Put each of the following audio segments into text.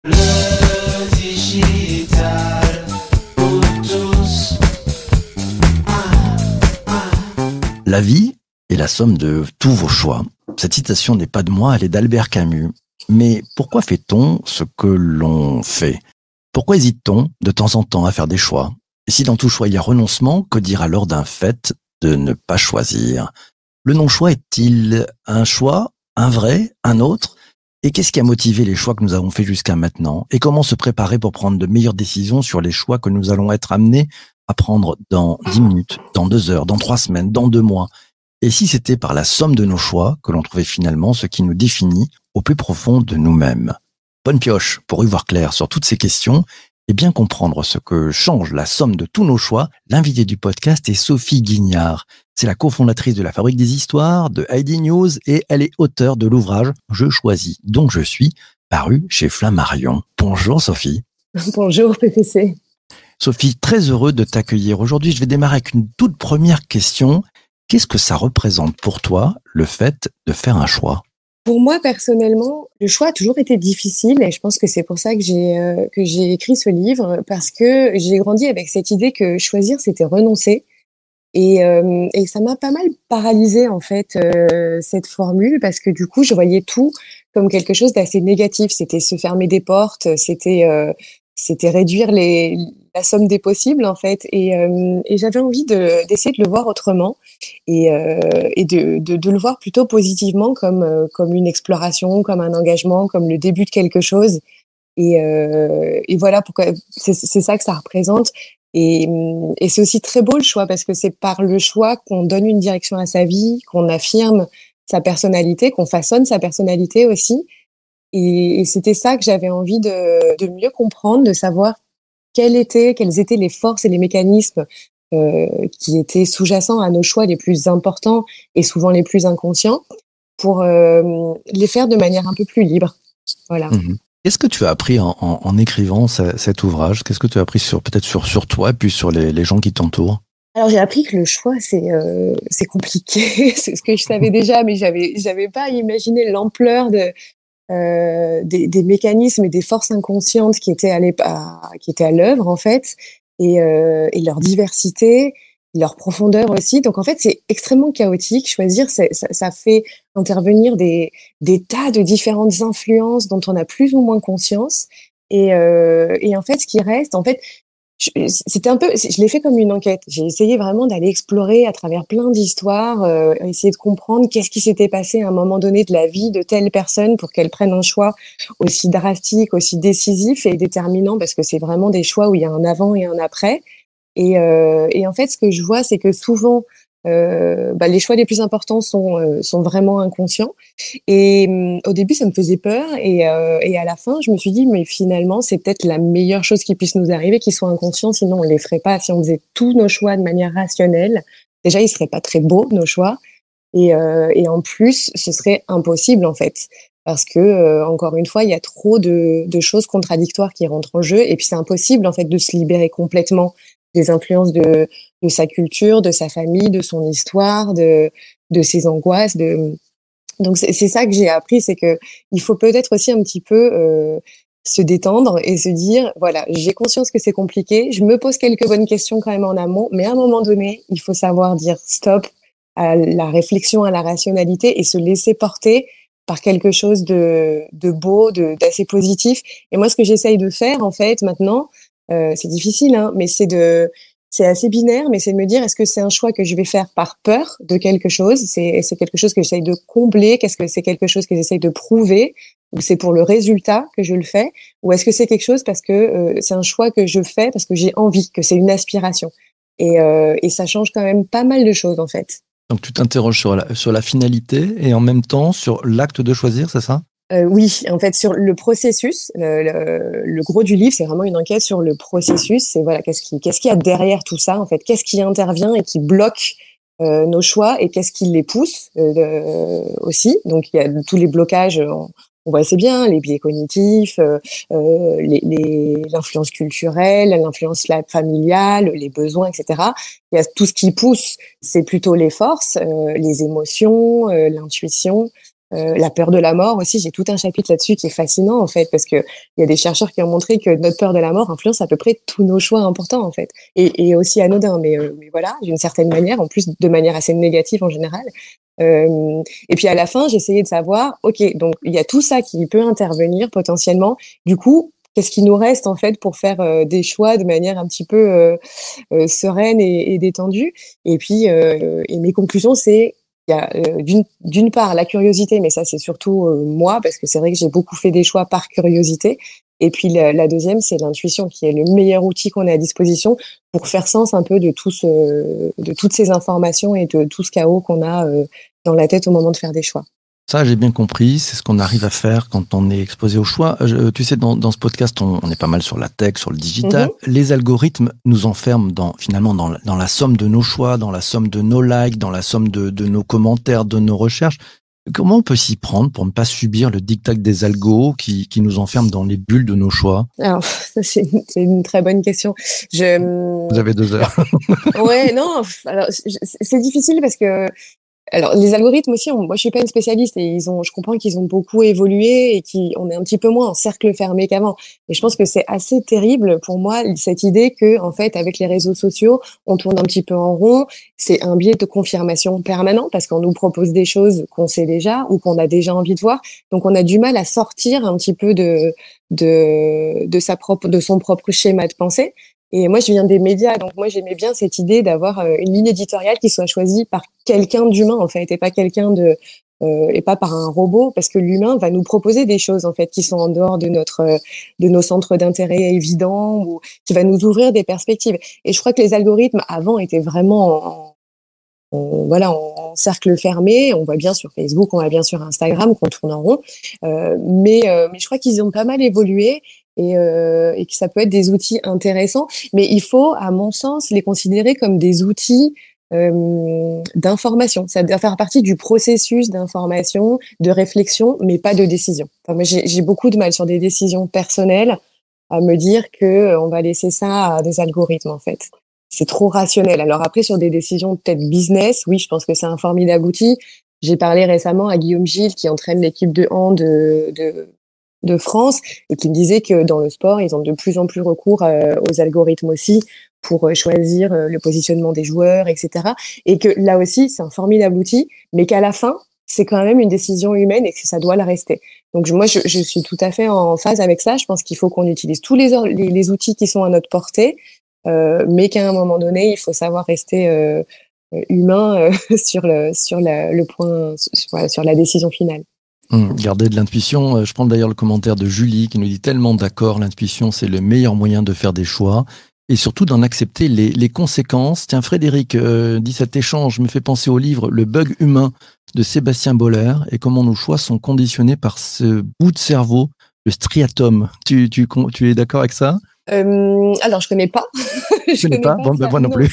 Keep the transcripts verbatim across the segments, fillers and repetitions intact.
Le digital pour tous. Ah, ah. La vie est la somme de tous vos choix. Cette citation n'est pas de moi, elle est d'Albert Camus. Mais pourquoi fait-on ce que l'on fait ? Pourquoi hésite-t-on de temps en temps à faire des choix ? Et si dans tout choix il y a renoncement, que dire alors d'un fait de ne pas choisir ? Le non-choix est-il un choix, un vrai, un autre ? Et qu'est-ce qui a motivé les choix que nous avons faits jusqu'à maintenant ? Et comment se préparer pour prendre de meilleures décisions sur les choix que nous allons être amenés à prendre dans dix minutes, dans deux heures, dans trois semaines, dans deux mois ? Et si c'était par la somme de nos choix que l'on trouvait finalement ce qui nous définit au plus profond de nous-mêmes ? Bonne pioche pour y voir clair sur toutes ces questions et bien comprendre ce que change la somme de tous nos choix. L'invitée du podcast est Sophie Guignard. C'est la cofondatrice de la Fabrique des Histoires, de Heidi News, et elle est auteure de l'ouvrage « Je choisis, donc je suis », paru chez Flammarion. Bonjour Sophie. Bonjour P P C. Sophie, très heureux de t'accueillir. Aujourd'hui, je vais démarrer avec une toute première question. Qu'est-ce que ça représente pour toi, le fait de faire un choix ? Pour moi, personnellement, le choix a toujours été difficile et je pense que c'est pour ça que j'ai euh, que j'ai écrit ce livre, parce que j'ai grandi avec cette idée que choisir, c'était renoncer. Et, euh, et ça m'a pas mal paralysée, en fait, euh, cette formule, parce que du coup, je voyais tout comme quelque chose d'assez négatif. C'était se fermer des portes, c'était euh, c'était réduire les, la somme des possibles, en fait. Et, euh, et j'avais envie de, d'essayer de le voir autrement et, euh, et de, de, de le voir plutôt positivement, comme, euh, comme une exploration, comme un engagement, comme le début de quelque chose. Et, euh, et voilà pourquoi c'est, c'est ça que ça représente. Et, et c'est aussi très beau le choix, parce que c'est par le choix qu'on donne une direction à sa vie, qu'on affirme sa personnalité, qu'on façonne sa personnalité aussi. Et, et c'était ça que j'avais envie de, de mieux comprendre, de savoir quelles étaient, quelles étaient les forces et les mécanismes euh, qui étaient sous-jacents à nos choix les plus importants et souvent les plus inconscients, pour euh, les faire de manière un peu plus libre. Voilà. Mmh. Qu'est-ce que tu as appris en, en, en écrivant ce, cet ouvrage ? Qu'est-ce que tu as appris sur, peut-être sur, sur toi et puis sur les, les gens qui t'entourent ? Alors j'ai appris que le choix c'est euh, c'est compliqué, c'est ce que je savais déjà, mais j'avais j'avais pas imaginé l'ampleur de euh, des, des mécanismes et des forces inconscientes qui étaient à, à qui étaient à l'œuvre en fait, et, euh, et leur diversité, leur profondeur aussi. Donc en fait c'est extrêmement chaotique. Choisir, c'est, ça, ça fait intervenir des des tas de différentes influences dont on a plus ou moins conscience. Et, euh, et en fait ce qui reste, en fait c'était un peu, je l'ai fait comme une enquête. J'ai essayé vraiment d'aller explorer à travers plein d'histoires, euh, essayer de comprendre qu'est-ce qui s'était passé à un moment donné de la vie de telle personne pour qu'elle prenne un choix aussi drastique, aussi décisif et déterminant, parce que c'est vraiment des choix où il y a un avant et un après. Et, euh, et en fait, ce que je vois, c'est que souvent, euh, bah, les choix les plus importants sont euh, sont vraiment inconscients. Et euh, au début, ça me faisait peur, et euh, et à la fin, je me suis dit, mais finalement, c'est peut-être la meilleure chose qui puisse nous arriver, qu'ils soient inconscients, sinon on les ferait pas. Si on faisait tous nos choix de manière rationnelle, déjà, ils seraient pas très beaux, nos choix, et euh, et en plus, ce serait impossible en fait, parce que euh, encore une fois, il y a trop de de choses contradictoires qui rentrent en jeu, et puis c'est impossible en fait de se libérer complètement des influences de de sa culture, de sa famille, de son histoire, de de ses angoisses, de donc c'est, c'est ça que j'ai appris, c'est que il faut peut-être aussi un petit peu euh, se détendre et se dire, voilà, j'ai conscience que c'est compliqué, je me pose quelques bonnes questions quand même en amont, mais à un moment donné, il faut savoir dire stop à la réflexion, à la rationalité, et se laisser porter par quelque chose de, de beau, de, d'assez positif. Et moi, ce que j'essaye de faire, en fait, maintenant, euh, c'est difficile, hein, mais c'est de c'est assez binaire, mais c'est de me dire, est-ce que c'est un choix que je vais faire par peur de quelque chose ? C'est, c'est quelque chose que j'essaye de combler ? Qu'est-ce que c'est quelque chose que j'essaye de prouver ? Ou c'est pour le résultat que je le fais ? Ou est-ce que c'est quelque chose parce que euh, c'est un choix que je fais parce que j'ai envie, que c'est une aspiration ? Et, euh, et ça change quand même pas mal de choses, en fait. Donc tu t'interroges sur la, sur la finalité et en même temps sur l'acte de choisir, c'est ça ? Euh, oui, en fait, sur le processus, le, le, le gros du livre, c'est vraiment une enquête sur le processus. C'est voilà, qu'est-ce qui, qu'est-ce qu'il y a derrière tout ça, en fait, qu'est-ce qui intervient et qui bloque euh, nos choix, et qu'est-ce qui les pousse euh, aussi. Donc, il y a tous les blocages. On, on voit assez bien les biais cognitifs, euh, euh, les, les, l'influence culturelle, l'influence familiale, les besoins, et cetera. Il y a tout ce qui pousse, c'est plutôt les forces, euh, les émotions, euh, l'intuition. Euh, la peur de la mort aussi, j'ai tout un chapitre là-dessus qui est fascinant en fait, parce que il y a des chercheurs qui ont montré que notre peur de la mort influence à peu près tous nos choix importants en fait, et, et aussi anodins, mais, euh, mais voilà, d'une certaine manière, en plus de manière assez négative en général. Euh, et puis à la fin, j'essayais de savoir, ok, donc il y a tout ça qui peut intervenir potentiellement. Du coup, qu'est-ce qui nous reste en fait pour faire euh, des choix de manière un petit peu euh, euh, sereine et, et détendue. Et puis, euh, et mes conclusions, c'est il y a euh, d'une d'une part la curiosité, mais ça c'est surtout euh, moi, parce que c'est vrai que j'ai beaucoup fait des choix par curiosité. Et puis la, la deuxième, c'est l'intuition, qui est le meilleur outil qu'on a à disposition pour faire sens un peu de tout ce, de toutes ces informations et de tout ce chaos qu'on a euh, dans la tête au moment de faire des choix. Ça, j'ai bien compris. C'est ce qu'on arrive à faire quand on est exposé au choix. Je, tu sais, dans, dans ce podcast, on, on est pas mal sur la tech, sur le digital. Mm-hmm. Les algorithmes nous enferment dans, finalement dans, dans la somme de nos choix, dans la somme de nos likes, dans la somme de, de nos commentaires, de nos recherches. Comment on peut s'y prendre pour ne pas subir le diktat des algos qui, qui nous enferment dans les bulles de nos choix? Alors, ça, c'est une, c'est une très bonne question. Je... Vous avez deux heures. Ouais, non, alors, c'est difficile parce que alors les algorithmes aussi, on, moi je suis pas une spécialiste et ils ont, je comprends qu'ils ont beaucoup évolué et qu'on est un petit peu moins en cercle fermé qu'avant. Et je pense que c'est assez terrible pour moi cette idée que en fait avec les réseaux sociaux, on tourne un petit peu en rond. C'est un biais de confirmation permanent parce qu'on nous propose des choses qu'on sait déjà ou qu'on a déjà envie de voir. Donc on a du mal à sortir un petit peu de de de sa propre de son propre schéma de pensée. Et moi, je viens des médias, donc moi, j'aimais bien cette idée d'avoir une ligne éditoriale qui soit choisie par quelqu'un d'humain, en fait, et pas quelqu'un de, euh, et pas par un robot, parce que l'humain va nous proposer des choses, en fait, qui sont en dehors de notre, de nos centres d'intérêt évidents, ou qui va nous ouvrir des perspectives. Et je crois que les algorithmes avant étaient vraiment en, en, voilà, en cercle fermé. On voit bien sur Facebook, on voit bien sur Instagram qu'on tourne en rond, euh, mais, euh, mais je crois qu'ils ont pas mal évolué. Et, euh, et que ça peut être des outils intéressants, mais il faut, à mon sens, les considérer comme des outils euh, d'information. Ça doit faire partie du processus d'information, de réflexion, mais pas de décision. Enfin, moi, j'ai, j'ai beaucoup de mal sur des décisions personnelles à me dire que on va laisser ça à des algorithmes, en fait. C'est trop rationnel. Alors après, sur des décisions peut-être business, oui, je pense que c'est un formidable outil. J'ai parlé récemment à Guillaume Gilles, qui entraîne l'équipe de hand de, de de France et qui me disait que dans le sport, ils ont de plus en plus recours euh, aux algorithmes aussi pour euh, choisir euh, le positionnement des joueurs, et cetera. Et que là aussi, c'est un formidable outil, mais qu'à la fin, c'est quand même une décision humaine et que ça doit le rester. Donc moi, je, je suis tout à fait en phase avec ça. Je pense qu'il faut qu'on utilise tous les, les, les outils qui sont à notre portée, euh, mais qu'à un moment donné, il faut savoir rester euh, humain euh, sur le sur la, le point sur, sur la décision finale. Mmh, garder de l'intuition. Je prends d'ailleurs le commentaire de Julie qui nous dit tellement d'accord, l'intuition c'est le meilleur moyen de faire des choix et surtout d'en accepter les, les conséquences. Tiens, Frédéric euh, dit cet échange me fait penser au livre Le bug humain de Sébastien Boller et comment nos choix sont conditionnés par ce bout de cerveau, le striatum. Tu, tu, tu es d'accord avec ça? Euh, alors, je connais pas. je, je connais, connais pas. pas bon, ben moi non, non plus.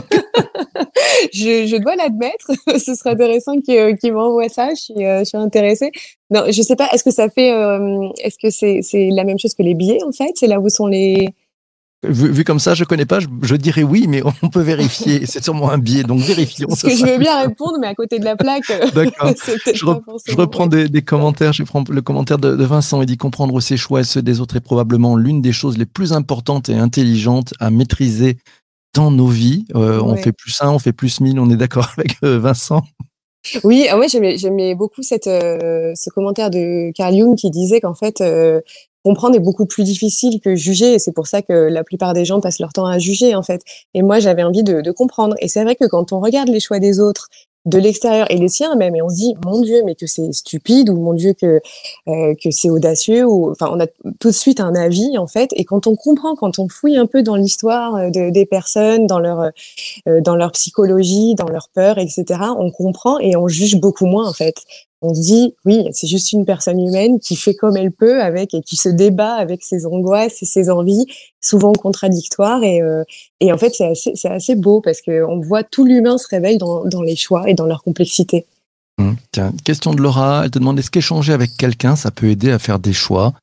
je, je dois l'admettre. Ce serait intéressant qu'il, qu'il m'envoie ça. Je suis, euh, je suis intéressée. Non, je sais pas. Est-ce que ça fait, euh, est-ce que c'est, c'est la même chose que les billets en fait? C'est là où sont les. Vu, vu comme ça, je connais pas. Je, je dirais oui, mais on peut vérifier. C'est sûrement un biais, donc vérifions. Parce que je veux bien répondre, mais à côté de la plaque. D'accord. je, re, je reprends des, des commentaires. Je prends le commentaire de, de Vincent. Il dit comprendre ses choix et ceux des autres est probablement l'une des choses les plus importantes et intelligentes à maîtriser dans nos vies. Euh, ouais. On fait plus un, on fait plus mille. On est d'accord avec euh, Vincent? Oui, ah ouais, j'aimais, j'aimais beaucoup cette, euh, ce commentaire de Carl Jung qui disait qu'en fait, euh, comprendre est beaucoup plus difficile que juger, et c'est pour ça que la plupart des gens passent leur temps à juger, en fait. Et moi, j'avais envie de, de comprendre. Et c'est vrai que quand on regarde les choix des autres, de l'extérieur et les siens même, et on se dit, mon Dieu, mais que c'est stupide, ou mon Dieu, que, euh, que c'est audacieux, ou, enfin, on a tout de suite un avis, en fait. Et quand on comprend, quand on fouille un peu dans l'histoire de, des personnes, dans leur, euh, dans leur psychologie, dans leur peur, et cetera, on comprend et on juge beaucoup moins, en fait. On se dit, oui, c'est juste une personne humaine qui fait comme elle peut avec et qui se débat avec ses angoisses et ses envies, souvent contradictoires. Et, euh, et en fait, c'est assez, c'est assez beau parce qu'on voit tout l'humain se réveille dans, dans les choix et dans leur complexité. Mmh. Tiens, question de Laura. Elle te demande, est-ce qu'échanger avec quelqu'un, ça peut aider à faire des choix?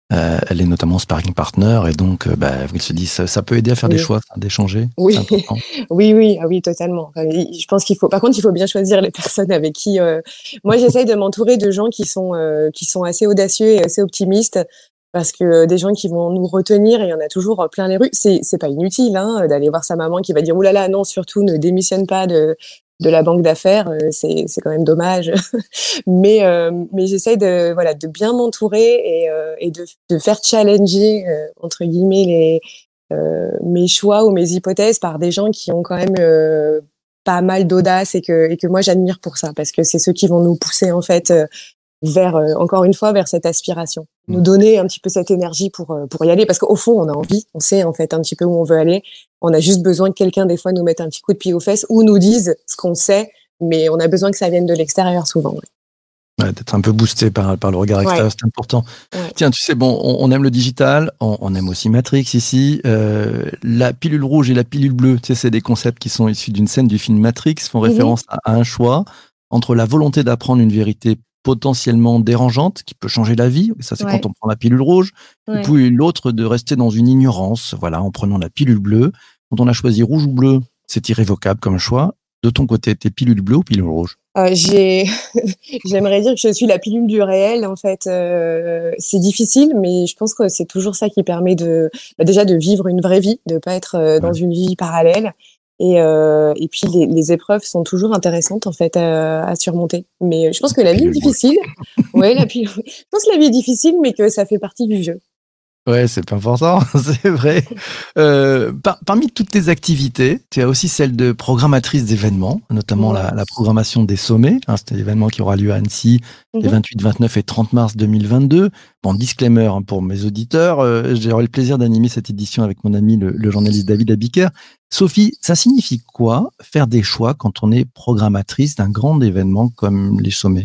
Euh, elle est notamment sparring partner et donc, euh, bah, il se dit, ça, ça peut aider à faire Oui. des choix, ça, d'échanger. Oui, C'est important. oui, oui, ah oui, totalement. Enfin, il- je pense qu'il faut. Par contre, il faut bien choisir les personnes avec qui. euh, Moi, j'essaye de m'entourer de gens qui sont euh, qui sont assez audacieux et assez optimistes, parce que euh, des gens qui vont nous retenir, et il y en a toujours euh, plein les rues. C'est c'est pas inutile, hein, d'aller voir sa maman qui va dire, ouh là là, non, surtout ne démissionne pas de de la banque d'affaires. euh, C'est c'est quand même dommage. Mais euh, mais j'essaye de voilà de bien m'entourer et euh, et de de faire challenger euh, entre guillemets les euh, mes choix ou mes hypothèses par des gens qui ont quand même euh, pas mal d'audace et que et que moi j'admire pour ça, parce que c'est ceux qui vont nous pousser en fait euh, vers euh, encore une fois vers cette aspiration, Mm. nous donner un petit peu cette énergie pour euh, pour y aller, parce qu'au fond on a envie, on sait en fait un petit peu où on veut aller, on a juste besoin que quelqu'un des fois nous mette un petit coup de pied aux fesses ou nous dise ce qu'on sait, mais on a besoin que ça vienne de l'extérieur souvent. Ouais, d'être un peu boosté par, par le regard Ouais. extérieur, c'est important. Ouais. Tiens, tu sais, bon, on, on aime le digital, on, on aime aussi Matrix ici. Euh, la pilule rouge et la pilule bleue, tu sais, c'est des concepts qui sont issus d'une scène du film Matrix, font référence à, à un choix entre la volonté d'apprendre une vérité potentiellement dérangeante, qui peut changer la vie, ça c'est Ouais. quand on prend la pilule rouge, et Ouais. puis l'autre de rester dans une ignorance, voilà, en prenant la pilule bleue. Quand on a choisi rouge ou bleu, c'est irrévocable comme choix. De ton côté, t'es pilule bleue ou pilule rouge? Euh, j'ai, j'aimerais dire que je suis la pilule du réel. En fait, euh, c'est difficile, mais je pense que c'est toujours ça qui permet de, bah, déjà de vivre une vraie vie, de pas être euh, dans Ouais. une vie parallèle. Et, euh, et puis les, les épreuves sont toujours intéressantes en fait à, à surmonter. Mais je pense que la vie est Pilule rouge. difficile. Ouais, la pilule. Je pense que la vie est difficile, mais que ça fait partie du jeu. Ouais, c'est pas important, c'est vrai. Euh, par- parmi toutes tes activités, tu as aussi celle de programmatrice d'événements, notamment Ouais. la, la programmation des sommets. Hein, c'est un événement qui aura lieu à Annecy les Mhm. vingt-huit, vingt-neuf et trente mars deux mille vingt-deux. Bon, disclaimer hein, pour mes auditeurs, euh, j'aurai le plaisir d'animer cette édition avec mon ami le, le journaliste David Abiker. Sophie, ça signifie quoi faire des choix quand on est programmatrice d'un grand événement comme les sommets?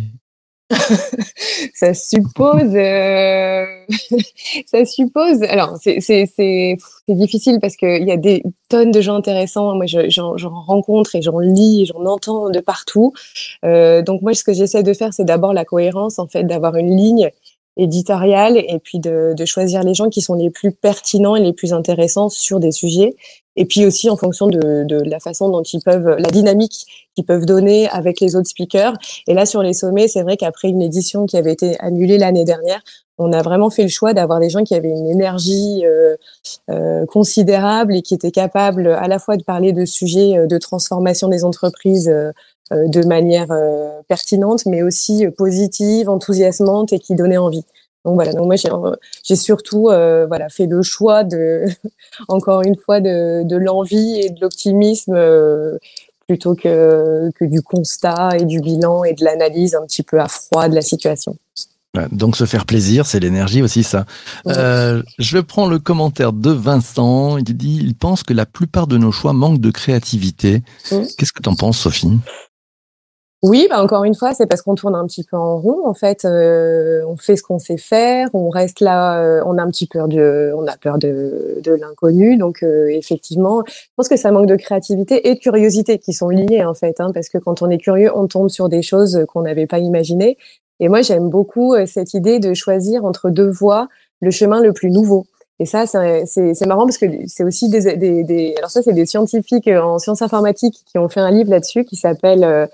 Ça suppose, euh, ça suppose. Alors, c'est c'est c'est c'est difficile parce que il y a des tonnes de gens intéressants. Moi, je- j'en j'en rencontre et j'en lis, et j'en entends de partout. Euh, donc moi, ce que j'essaie de faire, c'est d'abord la cohérence, en fait, d'avoir une ligne éditoriale et puis de de choisir les gens qui sont les plus pertinents et les plus intéressants sur des sujets. Et puis aussi en fonction de de la façon dont ils peuvent, la dynamique qu'ils peuvent donner avec les autres speakers. Et là, sur les sommets, c'est vrai qu'après une édition qui avait été annulée l'année dernière, on a vraiment fait le choix d'avoir des gens qui avaient une énergie euh, euh, considérable et qui étaient capables à la fois de parler de sujets euh, de transformation des entreprises euh, euh, de manière euh, pertinente, mais aussi euh, positive, enthousiasmante et qui donnaient envie. Donc voilà. Donc moi, j'ai, euh, j'ai surtout euh, voilà fait le choix de encore une fois de, de l'envie et de l'optimisme. Euh, plutôt que, que du constat et du bilan et de l'analyse un petit peu à froid de la situation. Ouais, donc se faire plaisir, c'est l'énergie aussi ça. Ouais. Euh, je prends le commentaire de Vincent, il dit il pense que la plupart de nos choix manquent de créativité. Mm. Qu'est-ce que t'en penses Sophie? Oui, bah encore une fois, c'est parce qu'on tourne un petit peu en rond. En fait, euh, on fait ce qu'on sait faire, on reste là, euh, on a un petit peur de, on a peur de, de l'inconnu. Donc euh, effectivement, je pense que ça manque de créativité et de curiosité qui sont liés en fait, hein, parce que quand on est curieux, on tombe sur des choses qu'on n'avait pas imaginées. Et moi, j'aime beaucoup euh, cette idée de choisir entre deux voies le chemin le plus nouveau. Et ça, c'est, c'est, c'est marrant parce que c'est aussi des, des, des, alors ça, c'est des scientifiques en sciences informatiques qui ont fait un livre là-dessus qui s'appelle euh,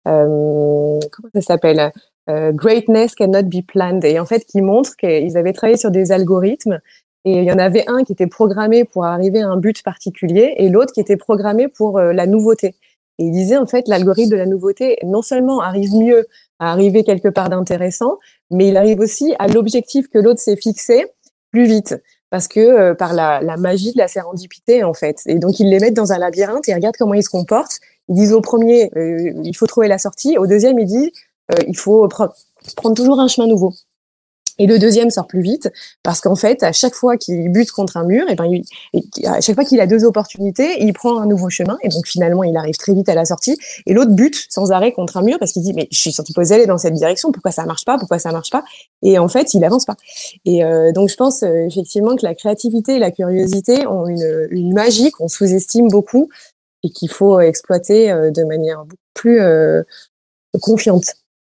Euh, comment ça s'appelle euh, Greatness Cannot Be Planned, et en fait qui montre qu'ils avaient travaillé sur des algorithmes et il y en avait un qui était programmé pour arriver à un but particulier et l'autre qui était programmé pour euh, la nouveauté. Et il disait en fait l'algorithme de la nouveauté non seulement arrive mieux à arriver quelque part d'intéressant, mais il arrive aussi à l'objectif que l'autre s'est fixé plus vite. Parce que euh, par la, la magie de la sérendipité en fait. Et donc ils les mettent dans un labyrinthe et ils regardent comment ils se comportent. Ils disent au premier, euh, il faut trouver la sortie. Au deuxième, ils disent, euh, il faut pre- prendre toujours un chemin nouveau. Et le deuxième sort plus vite parce qu'en fait, à chaque fois qu'il bute contre un mur, et ben, il, à chaque fois qu'il a deux opportunités, il prend un nouveau chemin et donc finalement, il arrive très vite à la sortie. Et l'autre bute sans arrêt contre un mur parce qu'il dit mais je suis supposé aller dans cette direction, pourquoi ça marche pas, pourquoi ça marche pas? Et en fait, il avance pas. Et euh, donc je pense euh, effectivement que la créativité et la curiosité ont une, une magie qu'on sous-estime beaucoup et qu'il faut exploiter euh, de manière beaucoup plus euh, confiante.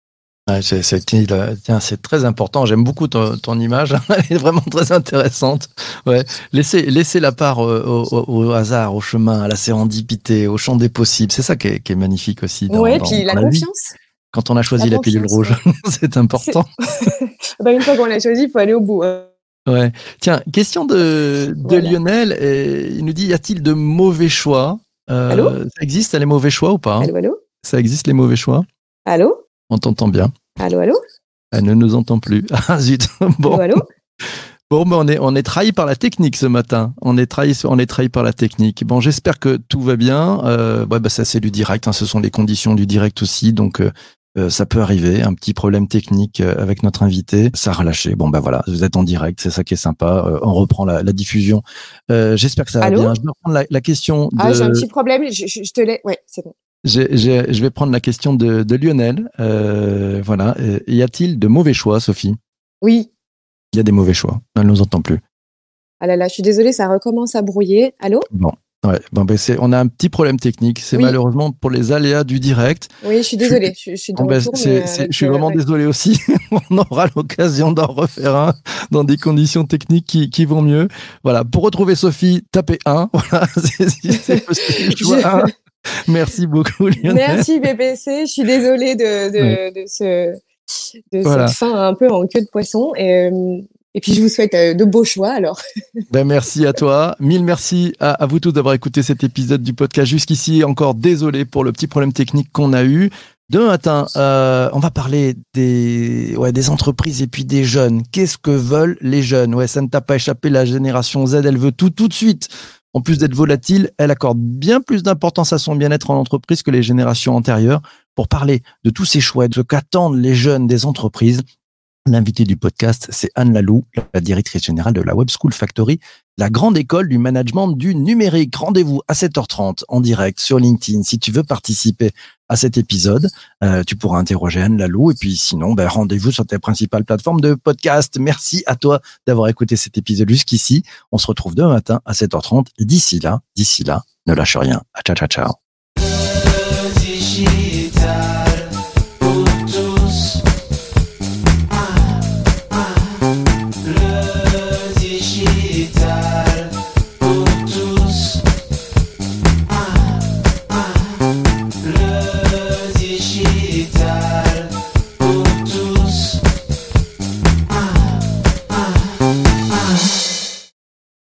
Ouais, c'est, c'est, tiens, c'est très important. J'aime beaucoup ton, ton image. Elle est vraiment très intéressante. Ouais. Laissez, laissez la part au, au, au hasard, au chemin, à la sérendipité, au champ des possibles. C'est ça qui est, qui est magnifique aussi dans, Ouais, dans, puis dans la la vie. confiance. Quand on a choisi La la pilule confiance, rouge, ouais. c'est important. Bah, une fois qu'on l'a choisi, il faut aller au bout. Hein. Ouais. Tiens, question de, de Voilà. Lionel. Et il nous dit, y a-t-il de mauvais choix? Allô euh, Ça existe les mauvais choix ou pas? Allô, allô Ça existe les mauvais choix? Allô On t'entend bien. Allô, allô Elle ne nous entend plus. Ah zut. Bon. Allô, allô Bon, ben on est on est trahi par la technique ce matin. On est trahi on est trahi par la technique. Bon, j'espère que tout va bien. Euh, ouais, bah ça c'est du direct. Hein, ce sont les conditions du direct aussi, donc euh, euh, ça peut arriver. Un petit problème technique euh, avec notre invité, ça a relâché. Bon, ben voilà, vous êtes en direct, c'est ça qui est sympa. Euh, on reprend la, la diffusion. Euh, j'espère que ça va Allô bien. Je vais reprendre la, la question de. Ah, j'ai un petit problème. Je, je, je te laisse. Ouais, c'est bon. J'ai, j'ai, je vais prendre la question de, de Lionel. Euh, voilà. Euh, y a-t-il de mauvais choix, Sophie? Oui. Il y a des mauvais choix. Elle ne nous entend plus. Ah là là, je suis désolée, ça recommence à brouiller. Allô Bon, ouais. Bon, ben c'est, on a un petit problème technique. C'est Oui. malheureusement pour les aléas du direct. Oui, je suis désolée. Je, je suis de Bon, ben, retour, c'est, mais c'est, avec, je suis euh, vraiment ouais. désolé aussi. On aura l'occasion d'en refaire un dans des conditions techniques qui, qui vont mieux. Voilà. Pour retrouver Sophie, tapez un. Voilà. C'est, c'est possible. Je vois un. Merci beaucoup, Lionel. Merci B P C. Je suis désolée de, de, Ouais. de, ce, de Voilà. cette fin un peu en queue de poisson. Et, euh, et puis, je vous souhaite euh, de beaux choix alors. Ben merci à toi. Mille merci à, à vous tous d'avoir écouté cet épisode du podcast jusqu'ici. Encore désolé pour le petit problème technique qu'on a eu. Demain matin, euh, on va parler des, ouais, des entreprises et puis des jeunes. Qu'est-ce que veulent les jeunes? Ouais, ça ne t'a pas échappé, la génération Z, elle veut tout tout de suite. En plus d'être volatile, elle accorde bien plus d'importance à son bien-être en entreprise que les générations antérieures. Pour parler de tous ces choix, de ce qu'attendent les jeunes des entreprises, l'invité du podcast, c'est Anne Lalou, la directrice générale de la Web School Factory, la grande école du management du numérique. Rendez-vous à sept heures trente en direct sur LinkedIn. Si tu veux participer à cet épisode, euh, tu pourras interroger Anne Lalou. Et puis sinon, ben, rendez-vous sur tes principales plateformes de podcast. Merci à toi d'avoir écouté cet épisode jusqu'ici. On se retrouve demain matin à sept heures trente. Et d'ici là, d'ici là, ne lâche rien. Ciao, ciao, ciao.